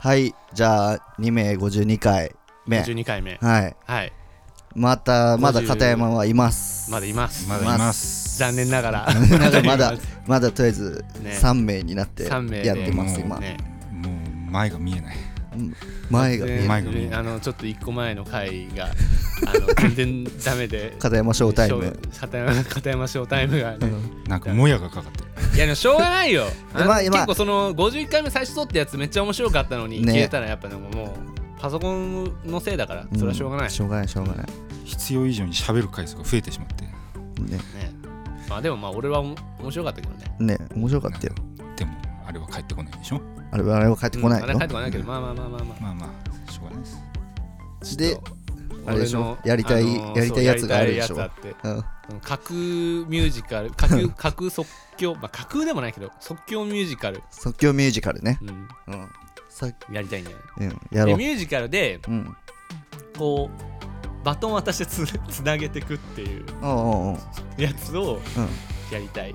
はい、じゃあ2名52回目。 52回目。 はい。 はい。 まだ片山はいます。 まだいます。残念ながら。 まだとりあえず3名になってやってます、今。 もう前が見えない。 前が見えない。ちょっと1個前の回が全然ダメで。 片山ショータイム。 片山ショータイムがね。 なんかもやがかかってる。 いやでもしょうがないよ。結構その51回目最初撮ったやつめっちゃ面白かったのに消えたらやっぱでももうパソコンのせいだからそれはしょうがない。 しょうがない。 必要以上に喋る回数が増えてしまって。 ね。まあでもまあ俺は面白かったけどね。 ね、面白かったよ。 でもあれは帰ってこないでしょ。 あれは帰ってこないの。 あれは帰ってこないけどまあしょうがないです。 で、あれでしょ。やりたいやつがあるでしょ。 架空ミュージカル、架空即興、まあ架空でもないけど即興ミュージカル。 即興ミュージカルね。 やりたいんだよね。 やろう。 ミュージカルでこうバトン渡してつなげてくっていうやつをやりたい。 いい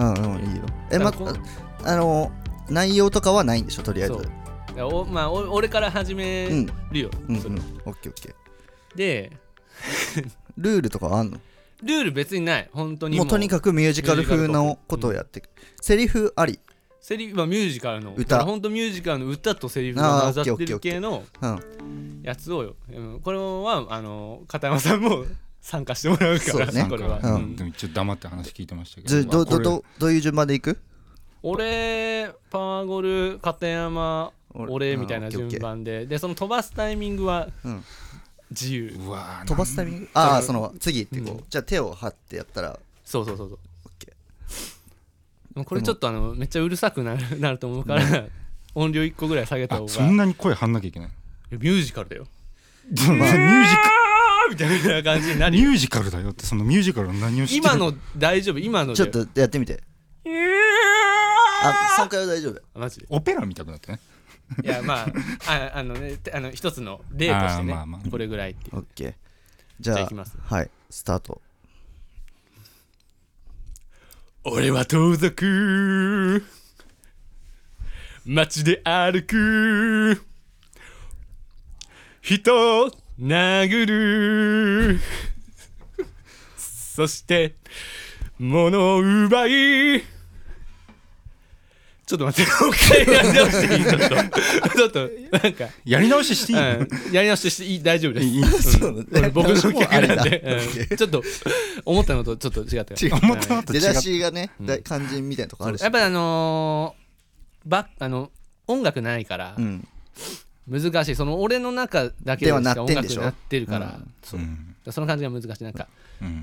よ。内容とかはないんでしょ、とりあえず。 まあ俺から始めるよ。 オッケー。 でルールとかあんの？ ルール別にない。本当にもうとにかくミュージカル風のことをやっていく。セリフあり。 セリフはミュージカルの歌。本当ミュージカルの歌とセリフが混ざってる系のやつをよ。これは片山さんも参加してもらうからね。これは。 でも一応黙って話聞いてましたけど。 どういう順番でいく？ 俺パワゴル片山俺みたいな順番でその飛ばすタイミングは自由。 飛ばすタイミング？その次ってこう。じゃあ手を張ってやったら。 そう。オッケー。これちょっとめっちゃうるさくなると思うから音量1個ぐらい下げた方が。 そんなに声張んなきゃいけない？ ミュージカルだよ。 ミュージカルみたいな感じになる。 ミュージカルだよって。そのミュージカルの何を知ってる？ 今の大丈夫？今のちょっとやってみて。3回は大丈夫だよ。 マジでオペラ見たくなってね。 いやまあ一つの例としてね、これぐらいっていう。 オッケー。じゃあいきます。はい、スタート。 俺は盗賊、街で歩く、人を殴る、そして物を奪い。ちょっと待って、もう一回やり直していい？ちょっとなんかやり直ししていい？ やり直ししていい？大丈夫です。僕の曲なんでちょっと思ったのとちょっと違った。 出だしがね、肝心みたいなとこあるし。 やっぱり音楽ないから難しい。その俺の中だけでしか音楽なってるから、その感じが難しい。なんか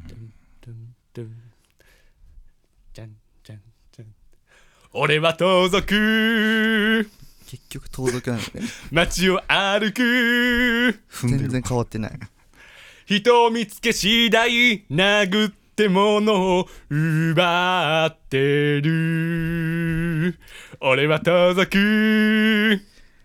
俺は盗賊、 結局盗賊なんだね。 街を歩く、 全然変わってない。 人を見つけ次第殴って物を奪ってる。俺は盗賊、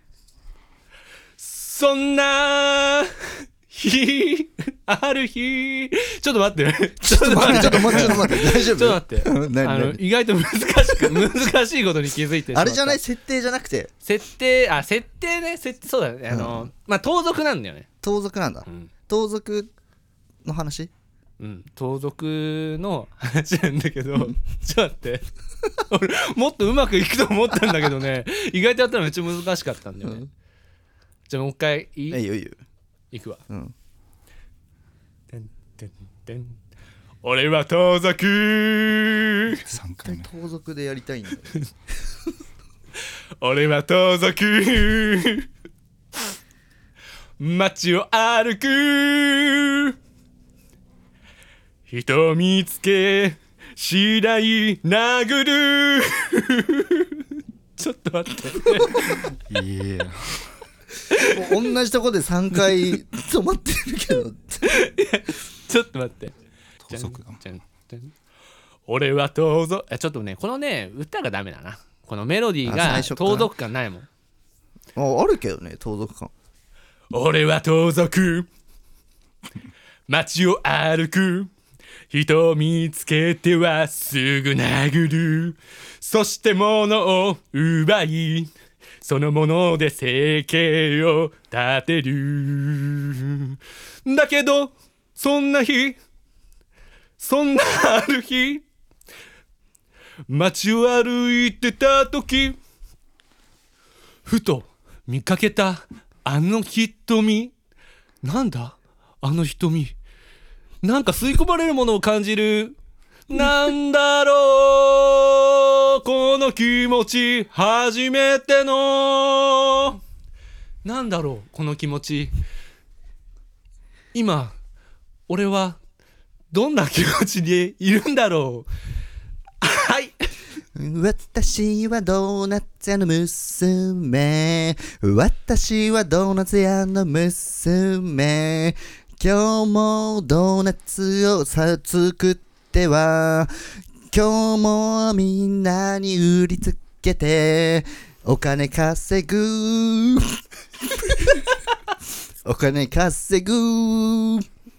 そんな日ある日。ちょっと待ってちょっと待って大丈夫？ ちょっと待って意外と難しいことに気づいて。 あれじゃない？設定じゃなくて設定ね。そうだね。まあ盗賊なんだよね。 盗賊なんだ。盗賊の話？ 盗賊の話なんだけどちょっと待って俺もっとうまくいくと思ったんだけどね、意外とやったらめっちゃ難しかったんだよね。じゃあもう一回いい？ いいよいくわ。俺は盗賊、 3回目盗賊でやりたいんだよ俺は盗賊、街を歩く、人を見つけ次第殴るちょっと待っていや同じとこで3回止まってるけどちょっと待って。 盗賊だ。 俺は盗賊。ちょっとねこのね歌がダメだな。このメロディーが盗賊感ないもん。 あるけどね盗賊感。 俺は盗賊、街を歩く、人を見つけてはすぐ殴る、そして物を奪い、 そのもので生計を立てる。だけどそんなある日、街を歩いてた時、ふと見かけたあの瞳。なんだあの瞳、なんか吸い込まれるものを感じる。なんだろうこの気持ち、初めての。なんだろうこの気持ち、今俺はどんな気持ちでいるんだろう。はい。 私はドーナツ屋の娘、私はドーナツ屋の娘、今日もドーナツを作っては、今日もみんなに売りつけてお金稼ぐお金稼ぐ。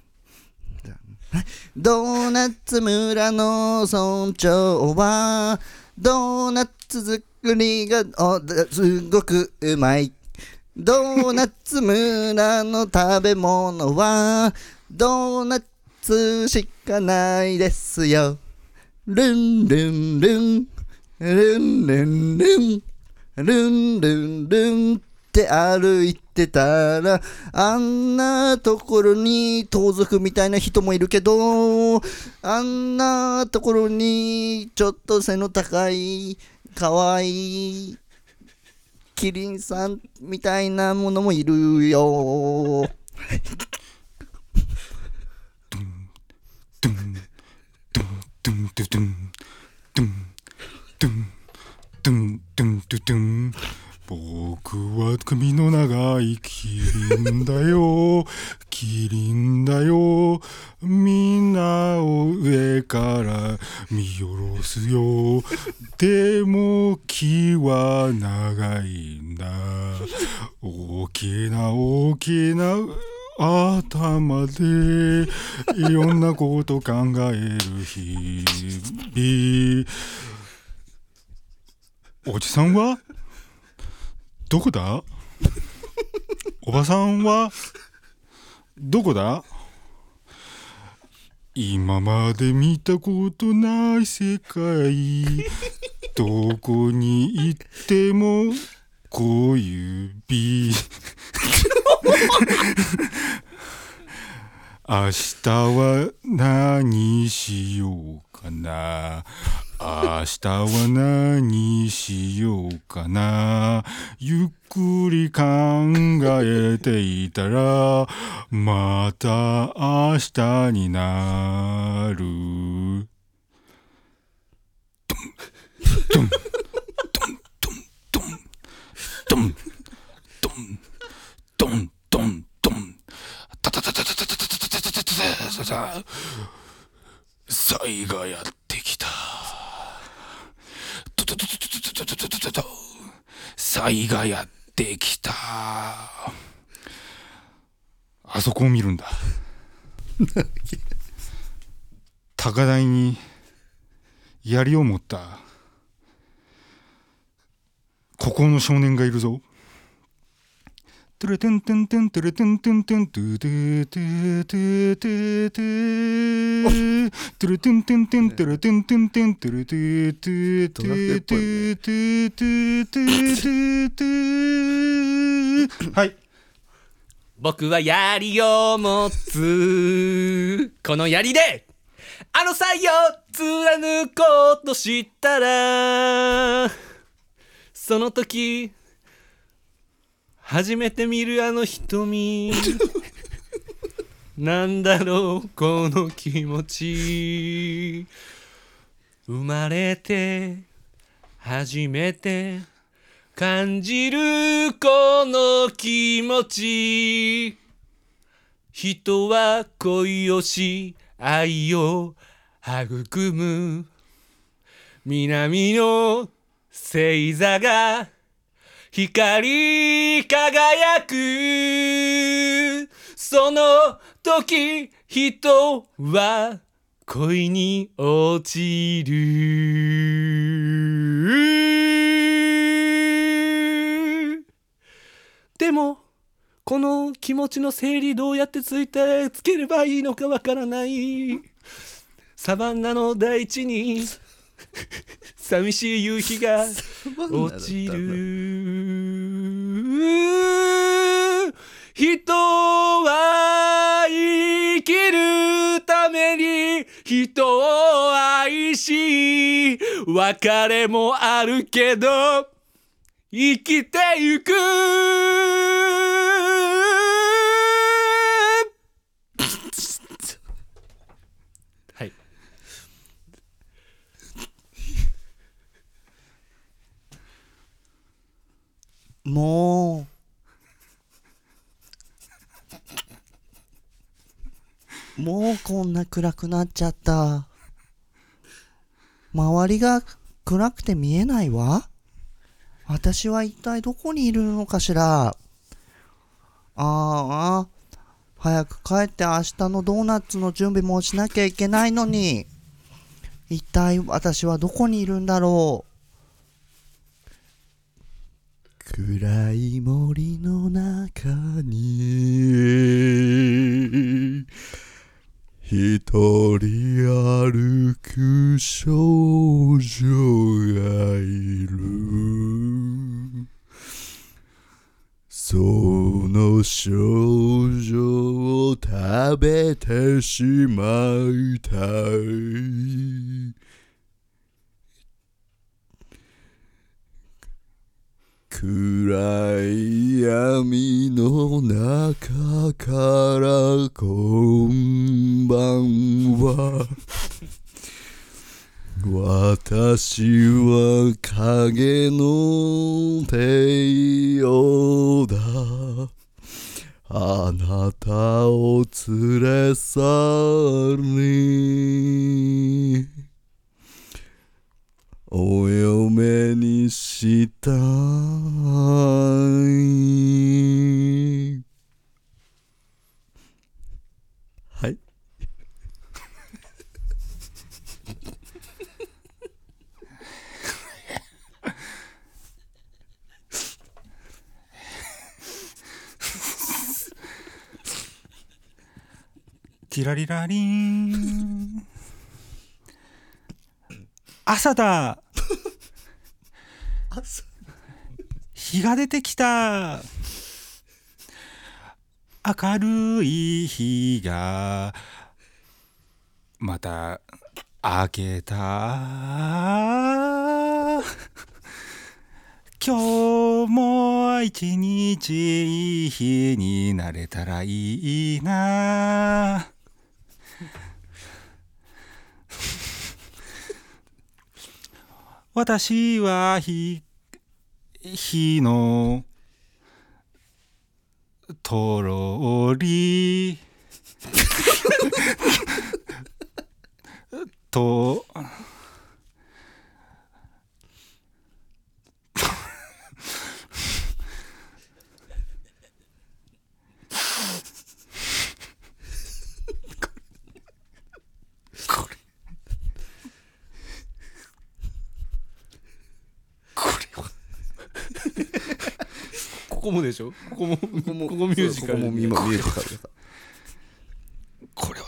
ドーナツ村の村長はドーナツ作りがすごくうまい。ドーナツ村の食べ物はドーナツしかないですよ。ルンルンルンルンルンルンルンルンルンって歩いてたら、あんなところに盗賊みたいな人もいるけど、あんなところにちょっと背の高いかわいいキリンさんみたいなものもいるよ。 僕は髪の長いキリンだよ、キリンだよ、みんなを上から見下ろすよ。でも木は長いんだ、大きな大きな頭でいろんなこと考える日々。おじさんはどこだ？おばさんはどこだ？今まで見たことない世界、どこに行っても小指。明日は何しようかな、明日は何しようかな、ゆっくり考えていたらまた明日になる。ドンドンドンドンドンドンドンドンドンタタタタタタタタタタタタタ、災がやってきた。トトトトトトトトトトト、災がやってきた。あそこを見るんだ。高台に槍を持った孤高の少年がいるぞ。トゥルテンテンテントゥルテンテンテントゥトゥトゥトゥトゥトゥトゥルテンテンテントゥルテンテンテントゥルトゥトゥトゥトゥトゥトゥトゥトゥトゥ。はい。 僕は槍を持つ。この槍であの才を貫こうとしたら、その時初めて見るあの瞳。なんだろうこの気持ち、生まれて初めて感じるこの気持ち。人は恋をし愛を育む、南の星座が光り輝く、その時人は恋に落ちる。 でもこの気持ちの整理どうやってつければいいのかわからない。サバンナの大地に寂しい夕日が落ちる。人は生きるために人を愛し、別れもあるけど生きてゆく。はい。 もうこんな暗くなっちゃった。周りが暗くて見えないわ。私は一体どこにいるのかしら。早く帰って明日のドーナツの準備もしなきゃいけないのに。一体私はどこにいるんだろう。暗い森の中に一人歩く少女がいる。その少女を食べてしまいたい。暗い闇の中からこんばんは。私は影の帝王だ。あなたを連れ去りお嫁にしたい。はい。 ティラリラリン。朝だ。日が出てきた。明るい日がまた明けた。今日も一日いい日になれたらいいな。私は火のとろりとここもでしょ。ここもミュージカル。 ここも今ミュージカルでさ。 これは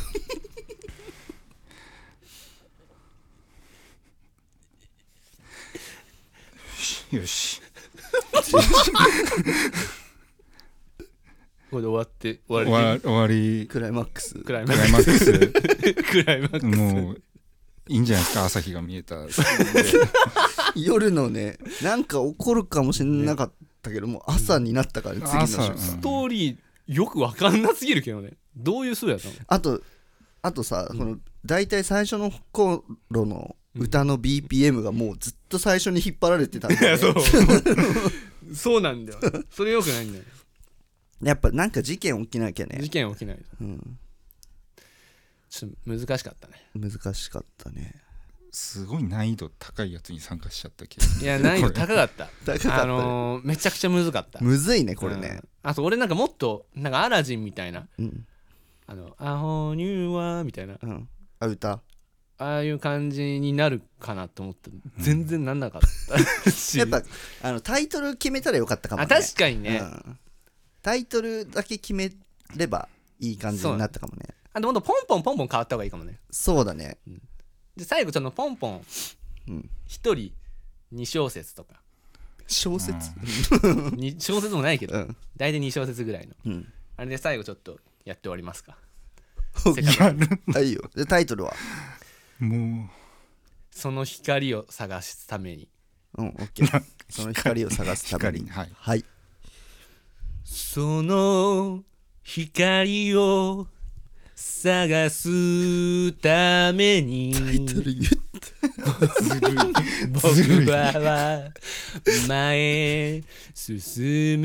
よし。 これで終終わり。 クライマックス。 クライクライマックス。 クライマックス。 もういいんじゃないですか。朝日が見えた。 夜のね、なんか起こるかもしれなかったけども、朝になったから、次の瞬間。 ストーリーよくわかんなすぎるけどね。どういう数やったの？ あとさ、この大体最初の頃の歌の BPM がもうずっと最初に引っ張られてたんで、 そうなんだよ。それよくないんだよ。 やっぱなんか事件起きなきゃね。 事件起きない。ちょっと難しかったね。 難しかったね。 すごい難易度高いやつに参加しちゃったけど。 いや難易度高かった。 高かったね。 めちゃくちゃむずかった。 むずいねこれね。 あと俺なんかもっとなんかアラジンみたいな、アホニューはみたいな、 歌ああいう感じになるかなと思ったら全然なんなかったし、 やっぱタイトル決めたらよかったかもね。 確かにね、 タイトルだけ決めればいい感じになったかもね。 もっとポンポンポンポン変わった方がいいかもね。 そうだね。 で最後ちょっとポンポン一人2小節とか小説 2小節もないけど、大体2小節ぐらいの、あれで最後ちょっとやって終わりますか。 やるいいよ。でタイトルはもうその光を探すために。 オッケー。その光を探すために。 はい、 はい。 その光を探すためにタイトル言って僕は前へ進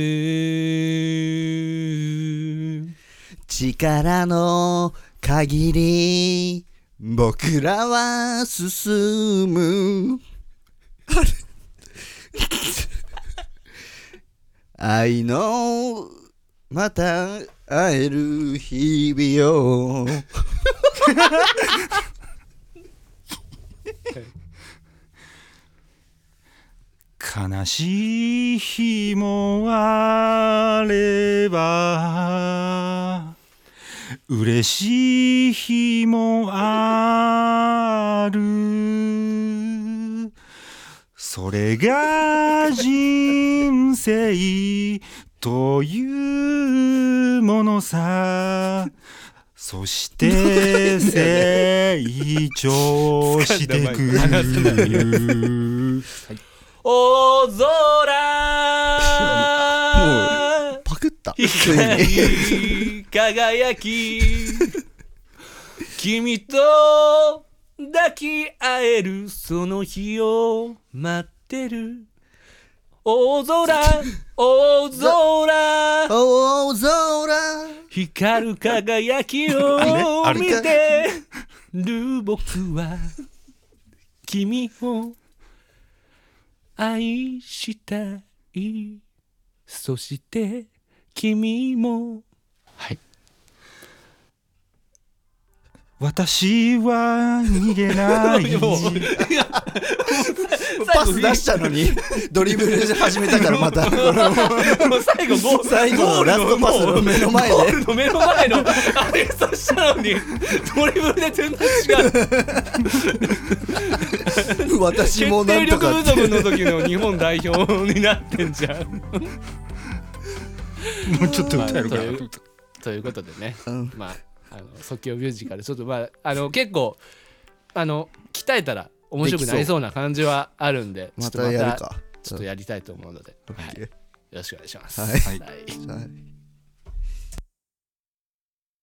む。 力の限り僕らは進む。愛のまた会える日々よ。 悲しい日もあれば嬉しい日もある。それが人生というものさ。そして成長してくる。 大空もうパクった光り輝き君と抱き合えるその日を待ってる。大空大空大空光る輝きを見てる僕は君を愛したい。そして君も。はい。 私は逃げないパス出したのにドリブルで始めたからまたもう最後最後のラストパスの目の前でゴールの目の前のアレストしたのにドリブルで全然違う。 私もなんとか決定力不足の時の日本代表になってんじゃん。 もうちょっと歌えるかなと思った。 ということでね、まあ即興ミュージカルちょっとまあ結構鍛えたら面白くなりそうな感じはあるんで、 またやるか。 ちょっとやりたいと思うので、はい、よろしくお願いします。 はいはいはい